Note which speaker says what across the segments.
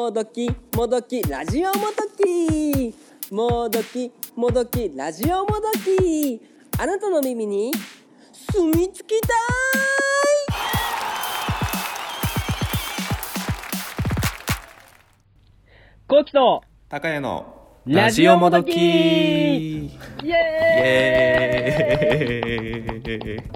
Speaker 1: もどきもどきラジオもどきもどきもどきラジオもどき、あなたの耳に住み着きたい。
Speaker 2: コウキと
Speaker 3: 高谷の
Speaker 2: ラジオもどき
Speaker 3: イエ
Speaker 2: イエ
Speaker 3: ーイ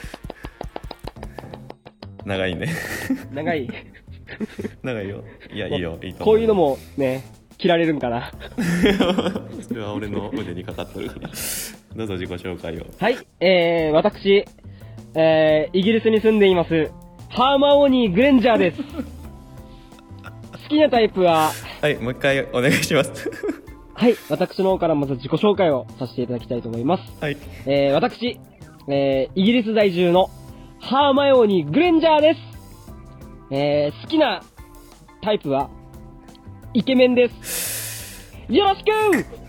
Speaker 3: 長いね
Speaker 2: 長い
Speaker 3: 長いよ。いや、いいよ、いいと思う。
Speaker 2: こういうのもね切られるんかな
Speaker 3: それは俺の腕にかかってるからどうぞ自己紹介を。
Speaker 2: はい、私、イギリスに住んでいますハーマオニー・グレンジャーです。好きなタイプは、
Speaker 3: はい、もう一回お願いします
Speaker 2: はい、私の方からまず自己紹介をさせていただきたいと思います。
Speaker 3: はい、
Speaker 2: 私、イギリス在住のハーマオニー・グレンジャーです。好きなタイプはイケメンです。よろしく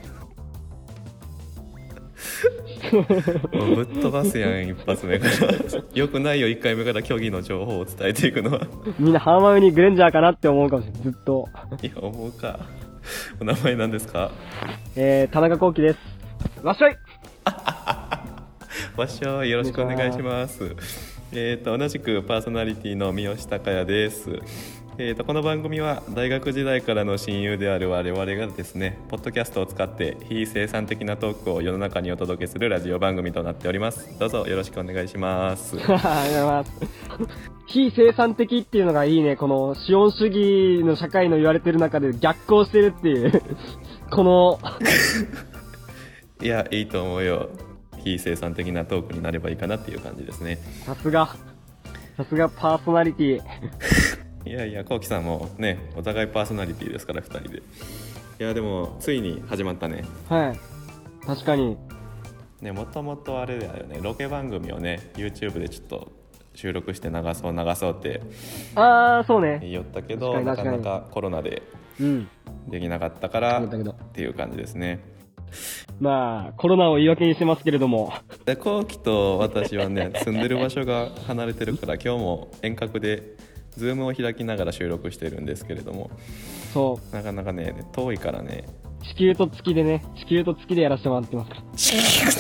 Speaker 3: もうぶっ飛ばすやん、一発目からよくないよ、一回目から虚偽の情報を伝えていくのは
Speaker 2: みんなハーマオニー・グレンジャーかなって思うかもしれない。ずっと
Speaker 3: いや、思うか。お名前なんですか？
Speaker 2: 田中幸喜です。わっしょい
Speaker 3: わっしょい、よろしくお願いします。同じくパーソナリティの三好孝也です。この番組は大学時代からの親友である我々がですね、ポッドキャストを使って非生産的なトークを世の中にお届けするラジオ番組となっております。どうぞよろしくお願いします
Speaker 2: ありがとうございます。非生産的っていうのがいいね。この資本主義の社会の言われてる中で逆行してるっていうこの
Speaker 3: いや、いいと思うよ。非生産的なトークになればいいかなっていう感じですね。
Speaker 2: さすがパーソナリティ
Speaker 3: いやいや、こうきさんもね、お互いパーソナリティですから、2人で。いや、でもついに始まったね。
Speaker 2: はい、確かに
Speaker 3: ね、もともとあれだよね、ロケ番組をね YouTube でちょっと収録して流そうって
Speaker 2: そうね。
Speaker 3: 言ったけど、な
Speaker 2: 確かに
Speaker 3: かなかコロナで
Speaker 2: うん
Speaker 3: できなかったからっ
Speaker 2: だけど
Speaker 3: ていう感じですね。
Speaker 2: まあコロナを言い訳にしてますけれども、
Speaker 3: で、こうきと私はね住んでる場所が離れてるから今日も遠隔でズームを開きながら収録してるんですけれども、
Speaker 2: そう
Speaker 3: なかなかね遠いからね。
Speaker 2: 地球と月でやらせてもらってますから。
Speaker 3: 地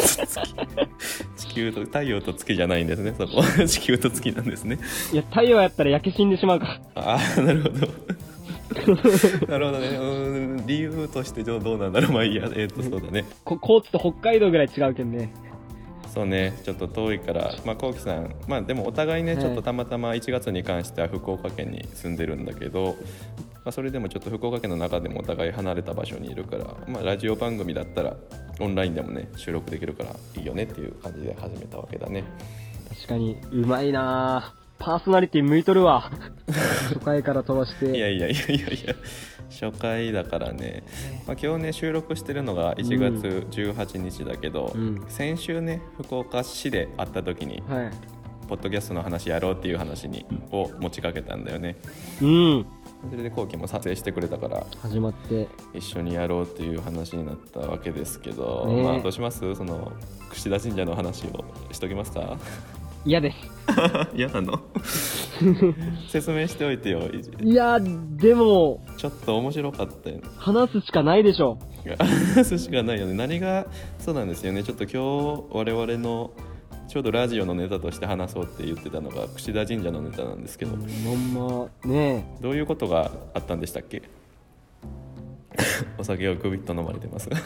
Speaker 3: 球と太陽と月じゃないんですね、そこ地球と月なんですね。
Speaker 2: いや、太陽やったら焼け死んでしまうから。
Speaker 3: ああ、なるほどなるほどね。理由としてどうなんだろう。まあいいや。そうだね。
Speaker 2: 高知と北海道ぐらい違うけんね。
Speaker 3: そうね、ちょっと遠いから、まあこうきさん、まあでもお互いね、ちょっとたまたま1月に関しては福岡県に住んでるんだけど、まあそれでもちょっと福岡県の中でもお互い離れた場所にいるから、まあラジオ番組だったらオンラインでもね収録できるからいいよねっていう感じで始めたわけだね。
Speaker 2: 確かにうまいなぁ。パーソナリティ向いとるわ初回から飛ばして。
Speaker 3: いや初回だからね、まあ、今日ね収録してるのが1月18日だけど、先週ね福岡市で会った時に、
Speaker 2: はい、
Speaker 3: ポッドキャストの話やろうっていう話を持ちかけたんだよね。
Speaker 2: うん。
Speaker 3: それでこうきも撮影してくれたから
Speaker 2: 始まって
Speaker 3: 一緒にやろうっていう話になったわけですけど、
Speaker 2: ね、
Speaker 3: まあどうします？その櫛田神社の話をしときますか？
Speaker 2: 嫌です
Speaker 3: 嫌なの説明しておいてよ。
Speaker 2: いやでも
Speaker 3: ちょっと面白かったよね。
Speaker 2: 話すしかないでしょ。
Speaker 3: 話すしかないよね。何がそうなんですよね。ちょっと今日我々のちょうどラジオのネタとして話そうって言ってたのが櫛田神社のネタなんですけど、
Speaker 2: まんまね。
Speaker 3: どういうことがあったんでしたっけ？お酒をグビッと飲まれてますが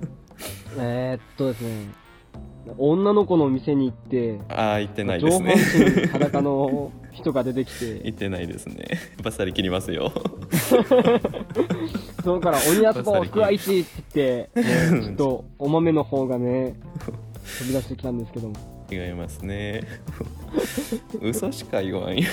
Speaker 2: ですね、女の子の店に行って、
Speaker 3: 行ってないですね。
Speaker 2: 上半身裸の人が出てきて
Speaker 3: 行ってないですね。バッサリ切りますよ
Speaker 2: そこから鬼奴を食わいちって言って、ちょっとお豆の方がね飛び出してきたんですけども、
Speaker 3: 違いますね嘘しか言わんよ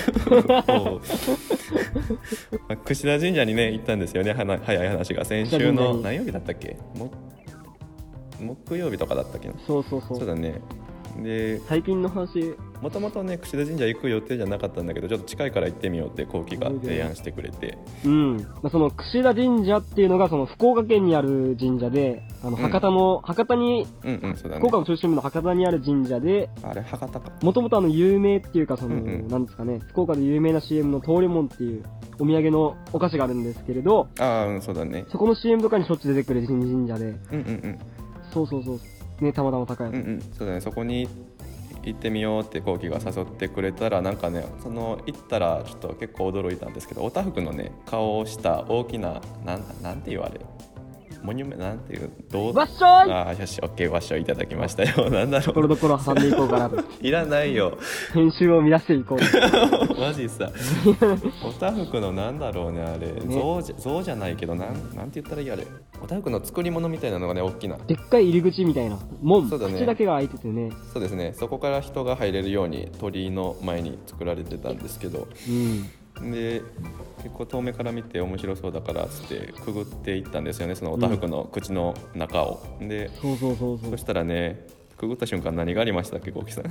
Speaker 3: 櫛田神社にね行ったんですよね。早い話が先週の何曜日だったっけ？木曜日とかだったっけな。
Speaker 2: そう
Speaker 3: だね。 で
Speaker 2: 最近の話。
Speaker 3: もともとね櫛田神社行く予定じゃなかったんだけど、ちょっと近いから行ってみようって後期が提案してくれて、
Speaker 2: その櫛田神社っていうのがその福岡県にある神社で、博多に、
Speaker 3: そうだね、
Speaker 2: 福岡の中心部の博多にある神社で、
Speaker 3: あれ博多か、
Speaker 2: もともと有名っていうかなんですかね、福岡で有名な CM の通りもんっていうお土産のお菓子があるんですけれど、
Speaker 3: そうだね、
Speaker 2: そこの CM とかにしょっちゅう出てくる神社で、そうね、たまたま高い、
Speaker 3: そうだね、そこに行ってみようって後期が誘ってくれたら、なんかね、行ったらちょっと結構驚いたんですけど、おたふくのね顔をした大きななんていうあれ、モニュメなんていう
Speaker 2: わっしょい、
Speaker 3: よし、オッケー、わっしょいいただきましたよ。なんだろう、
Speaker 2: ところどころ挟んでいこうかなと。
Speaker 3: いらないよ
Speaker 2: 編集を乱していこう。
Speaker 3: マジさおたふくのなんだろうね、あれ、象じゃないけど、なんて言ったらいいあれ、おたふくの作り物みたいなのがね、大きな
Speaker 2: でっかい入り口みたいな門、
Speaker 3: そうだね、
Speaker 2: 口だけが開いててね、
Speaker 3: そうですね、そこから人が入れるように鳥居の前に作られてたんですけど、で結構遠目から見て面白そうだからっつってくぐっていったんですよね、そのおたふくの口の中を、でそしたらね、くぐった瞬間何がありましたっけ、コウキさん。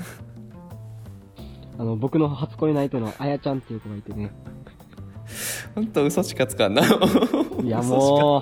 Speaker 2: 僕の初恋の相手のあやちゃんっていう子がいてね、
Speaker 3: ほんと嘘しかつかんな。
Speaker 2: いやも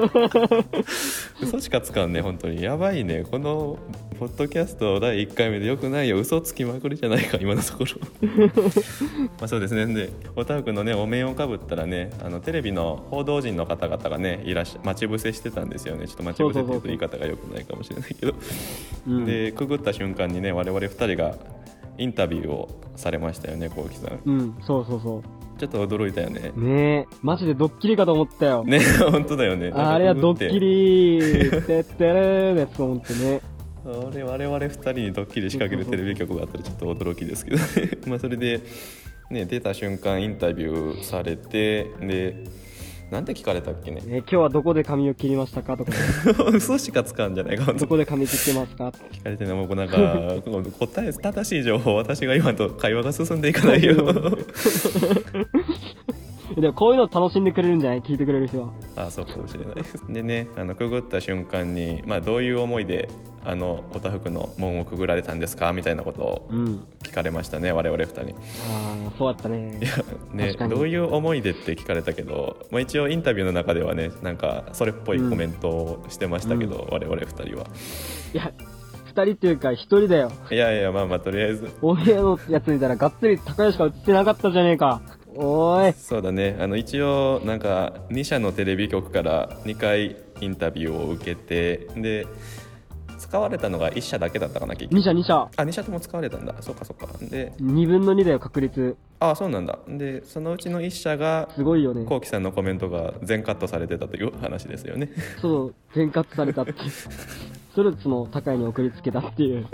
Speaker 3: 嘘しかつかんね、本当にやばいね、このポッドキャスト第1回目でよくないよ、嘘つきまくりじゃないか今のところ。まあそうですね、でおたふくのねお面をかぶったらね、テレビの報道陣の方々がね待ち伏せしてたんですよね。ちょっと待ち伏せっていうと言い方がよくないかもしれないけど、でくぐった瞬間にね、我々2人がインタビューをされましたよね、コウキさん。
Speaker 2: そう
Speaker 3: ちょっと驚いたよね。
Speaker 2: ねえ、マジでドッキリかと思ったよ
Speaker 3: ね、本当だよね。
Speaker 2: あれはドッキリてってれーのやつと思ってね。
Speaker 3: 我々2人にドッキリ仕掛けるテレビ局があったらちょっと驚きですけどね。まあそれで、ね、出た瞬間インタビューされて、でなんて聞かれたっけね。
Speaker 2: 今日はどこで髪を切りましたかとか、ね、
Speaker 3: 嘘しかつかんじゃないか。
Speaker 2: どこで髪切ってますか
Speaker 3: 聞かれてね、もうなんか答え正しい情報、私が今と会話が進んでいかないよ。
Speaker 2: でもこういうの楽しんでくれるんじゃない、聞いてくれる人は。
Speaker 3: そうかもしれないです。でね、くぐった瞬間に、どういう思いでおたふくの門をくぐられたんですかみたいなことを聞かれましたね、我々2人。
Speaker 2: そうだったね。
Speaker 3: いやね、どういう思いでって聞かれたけど、一応インタビューの中ではね、なんかそれっぽいコメントをしてましたけど、我々2人は。
Speaker 2: いや2人っていうか1人だよ。
Speaker 3: いやまあとりあえず
Speaker 2: お部屋のやつ見たらがっつり高屋しか映ってなかったじゃねえか。おーい。
Speaker 3: そうだね、一応なんか2社のテレビ局から2回インタビューを受けて、で使われたのが1社だけだったかな、結局。
Speaker 2: 2社
Speaker 3: 2社とも使われたんだ。そうかで
Speaker 2: 2分の2だよ、確率。
Speaker 3: そうなんだ。でそのうちの1社が
Speaker 2: すごいよね、
Speaker 3: コウキさんのコメントが全カットされてたという話ですよね。
Speaker 2: そう、全カットされたってそれその高いに送りつけたっていう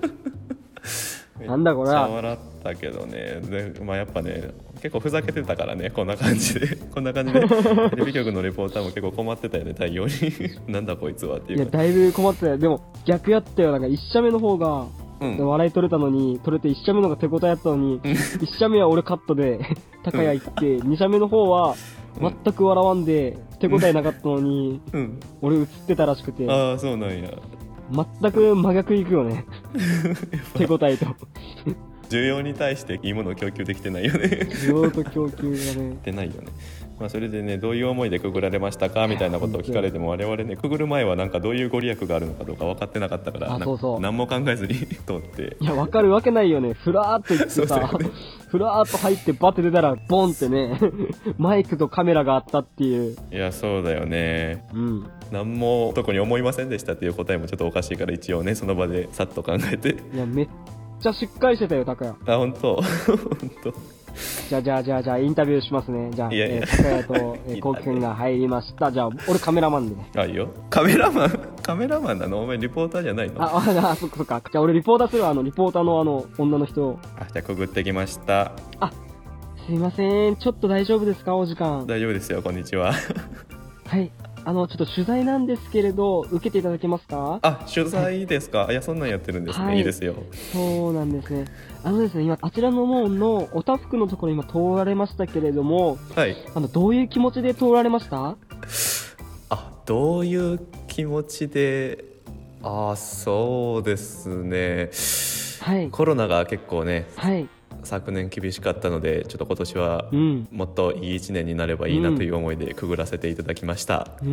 Speaker 2: なんだこれは。
Speaker 3: 笑ったけどね。で、やっぱね、結構ふざけてたからね、こんな感じでテレビ局のレポーターも結構困ってたよね、対応に。なんだこいつはっていう。
Speaker 2: いやだいぶ困ってたよ。でも逆やったよ。なんか1社目の方が、笑い取れたのに、取れて1社目の方が手応えあったのに、1社目は俺カットで高谷行って、2社目の方は全く笑わんで手応えなかったのに、俺映ってたらしくて。
Speaker 3: そうなんや。
Speaker 2: 全く真逆いくよね。手応えと
Speaker 3: 需要に対していいものを供給できてないよね。
Speaker 2: 需要と供給がね
Speaker 3: 出ないよね。それでね、どういう思いでくぐられましたかみたいなことを聞かれても、我々ね、くぐる前はなんかどういうご利益があるのかどうか分かってなかったから、何も考えずに通って。
Speaker 2: いや、分かるわけないよね。ふらーっと行ってさ、ふらーっと入ってバッて出たらボンってねマイクとカメラがあったっていう。
Speaker 3: いや、そうだよね。何も特に思いませんでしたっていう答えもちょっとおかしいから、一応ね、その場でさっと考えて。
Speaker 2: いや、めっちゃしっかりしてたよ、高谷。
Speaker 3: 本当。
Speaker 2: じゃあインタビューしますね。じゃあ、高谷とコウキ君が入りました。じゃあ俺カメラマンでね。
Speaker 3: いいよ。カメラマンなの？お前リポーターじゃないの？
Speaker 2: そっか。じゃあ俺リポーターするわ。リポーターの女の人。
Speaker 3: じゃあくぐってきました。
Speaker 2: すいません、ちょっと大丈夫ですか、お時間。
Speaker 3: 大丈夫ですよ、こんにちは。
Speaker 2: はい、ちょっと取材なんですけれど、受けていただけますか？
Speaker 3: 取材ですか？いや、そんなんやってるんですね。いいですよ。
Speaker 2: そうなんですね。ですね、今、あちらの門のおたふくのところ今通られましたけれども、どういう気持ちで通られました？
Speaker 3: どういう気持ちで、そうですね。
Speaker 2: はい。
Speaker 3: コロナが結構ね
Speaker 2: はい。
Speaker 3: 昨年厳しかったので、ちょっと今年は
Speaker 2: うん。
Speaker 3: もっといい1年になればいいなという思いでくぐらせていただきました、
Speaker 2: うん。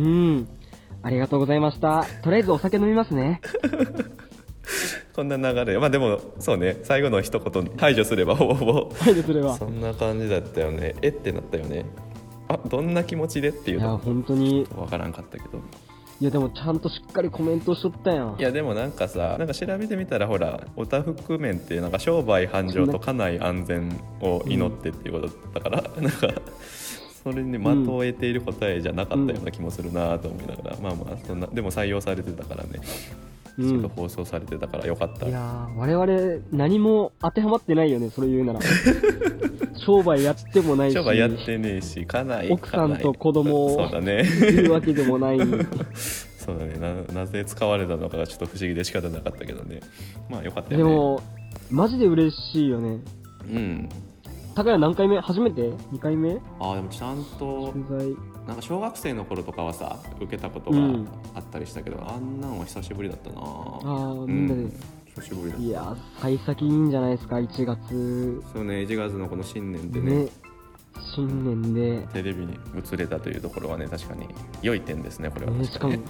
Speaker 2: ありがとうございました。とりあえずお酒飲みますね。
Speaker 3: こんな流れ、まあでもそうね、最後の一言排除すればほぼほぼ
Speaker 2: はい、それは。
Speaker 3: そんな感じだったよね。ってなったよね。どんな気持ちでっていう
Speaker 2: いや、
Speaker 3: の
Speaker 2: 本当に。
Speaker 3: 分からんかったけど、
Speaker 2: いや、でもちゃんとしっかりコメントしとったやん。
Speaker 3: いやでもなんかさ、なんか調べてみたらほら、おたふく面ってなんか商売繁盛と家内安全を祈ってっていうことだから、なんかそれに的を得ている答えじゃなかったような気もするなと思いながら、まあまあそんな、でも採用されてたからね、ちょっと放送されてたからよかった、
Speaker 2: いやー、我々何も当てはまってないよね、それ言うなら。商売やってもないし、
Speaker 3: 商売やってねえし、家内
Speaker 2: 奥さんと子供を
Speaker 3: そうだね
Speaker 2: いるわけでもない。
Speaker 3: そうだね、なぜ使われたのかがちょっと不思議で仕方なかったけどね。まあよかったよね。
Speaker 2: でもマジで嬉しいよね。
Speaker 3: うん。
Speaker 2: 高谷何回目？初めて？2回目？
Speaker 3: でもちゃんと
Speaker 2: 取材
Speaker 3: なんか小学生の頃とかはさ受けたことがあったりしたけど、あんなんは久しぶりだったな。
Speaker 2: みんなで、
Speaker 3: 久しぶりだった。
Speaker 2: いや幸先いいんじゃないですか。1月
Speaker 3: そうね、1月のこの新年でね、
Speaker 2: 新年で
Speaker 3: テレビに映れたというところはね、確かに良い点ですね、これは、
Speaker 2: しかも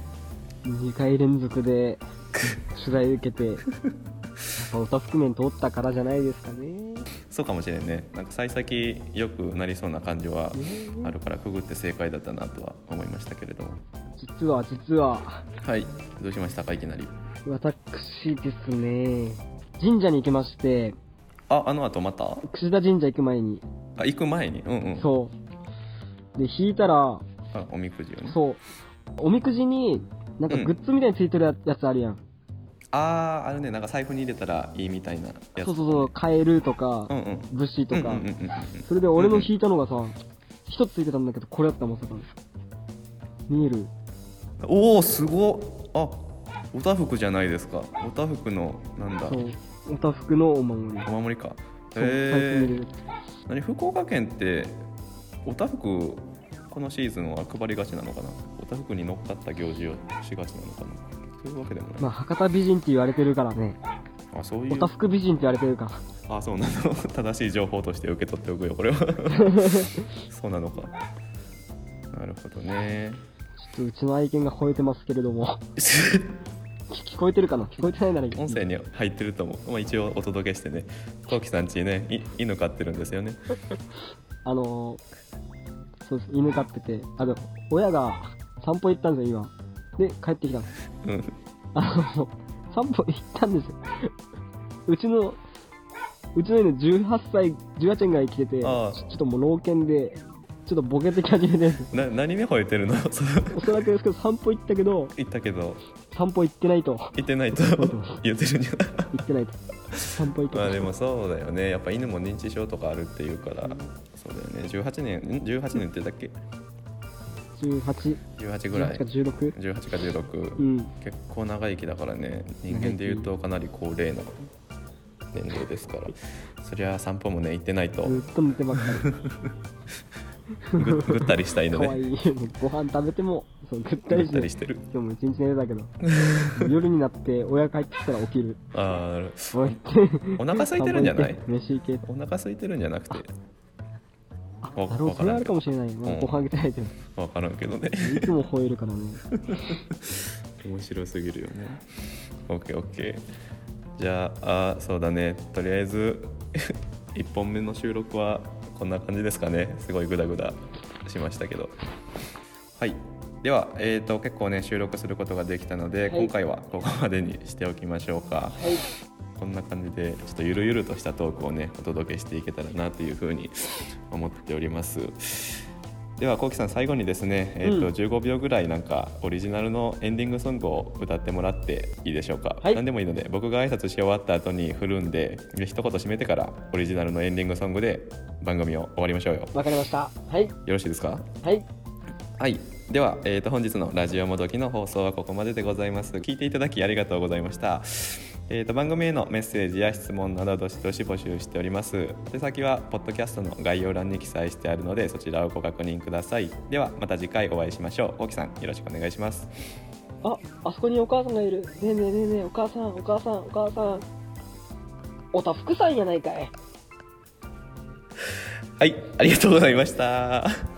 Speaker 2: 2回連続で取材受けてやっぱおたふく面通ったからじゃないですかね。
Speaker 3: そうかもしれんね。なんか幸先良くなりそうな感じはあるからくぐって正解だったなとは思いましたけれども。
Speaker 2: 実は
Speaker 3: はい、どうしましたかいきなり。
Speaker 2: 私ですね、神社に行きまして、
Speaker 3: あの後また
Speaker 2: 櫛田神社行く前に、
Speaker 3: 行く前に
Speaker 2: そうで引いたら、
Speaker 3: おみくじをね。
Speaker 2: そうおみくじになんかグッズみたいについてるやつあるやん、
Speaker 3: あるね、なんか財布に入れたらいいみたいなやつ。
Speaker 2: そうカエルとか、武士とか、それで俺の引いたのがさ、一つついてたんだけど、これだった。まさか見える？
Speaker 3: おお、すごっ。おたふくじゃないですか。おたふくのなんだ、
Speaker 2: そうおたふくのお守り。
Speaker 3: お守りか。
Speaker 2: そう財布に入れる。
Speaker 3: 何、福岡県っておたふくこのシーズンは配りがちなのかな。おたふくに乗っかった行事をしがちなのかな。そういうわけでもない。
Speaker 2: まあ博多美人って言われてるからね。
Speaker 3: そういう。
Speaker 2: おたふく美人って言われてるから。
Speaker 3: そうなの。正しい情報として受け取っておくよ、これは。そうなのか。なるほどね。
Speaker 2: ちょっとうちの愛犬が吠えてますけれども。聞こえてるかな？聞こえてないならいい。
Speaker 3: 音声に入ってると思う。一応お届けしてね。コウキさんちね、犬飼ってるんですよね。
Speaker 2: そうです、犬飼ってて、でも親が散歩行ったんですよ今。で帰ってきたんです。散歩行ったんですよ。うちの犬18歳ぐらい来てて、ちょっともう老犬でちょっとボケてき始めてるんですよ。
Speaker 3: 何に吠えてるの？
Speaker 2: おそらくですけど、散歩行ったけど散歩行ってないと
Speaker 3: 言ってるんじゃない。
Speaker 2: 行ってないと散歩行ってない。
Speaker 3: でもそうだよね。やっぱ犬も認知症とかあるっていうから、そうだよね。18年ってだっけ？18ぐらい。18か16、結構長生きだからね。人間でいうとかなり高齢な年齢ですから、そりゃ散歩もね行ってないと。
Speaker 2: ずっと寝てばっかり。
Speaker 3: ぐったりした犬ね。
Speaker 2: かわいい。ご飯食べてもぐったりしてる。今日も一日寝てたけど夜になって親帰ってきたら起きる。お
Speaker 3: 腹空いてるんじゃない？
Speaker 2: 飯行け。
Speaker 3: お腹空いてるんじゃなくて、
Speaker 2: それあるかもしれない。ご飯あげてないけど
Speaker 3: 分からんけどね。
Speaker 2: いつも吠えるからね。
Speaker 3: 面白すぎるよね。オッケー。じゃあ、そうだね、とりあえず1本目の収録はこんな感じですかね。すごいグダグダしましたけど。はい、では、結構ね収録することができたので、今回はここまでにしておきましょうか。こんな感じでちょっとゆるゆるとしたトークをねお届けしていけたらなというふうに思っております。ではコウキさん、最後にですね、15秒ぐらいなんかオリジナルのエンディングソングを歌ってもらっていいでしょうか。何でもいいので、僕が挨拶し終わった後に振るんで、一言締めてからオリジナルのエンディングソングで番組を終わりましょうよ。
Speaker 2: わかりました。
Speaker 3: よろしいですか？はい、では、本日のラジオもどきの放送はここまででございます。聞いていただきありがとうございました。番組へのメッセージや質問などどしどし募集しております。手先はポッドキャストの概要欄に記載してあるので、そちらをご確認ください。ではまた次回お会いしましょう。コウキさん、よろしくお願いします。
Speaker 2: あそこにお母さんがいる。ねえお母さん。 おたふくさんやないかい。
Speaker 3: はい、ありがとうございました。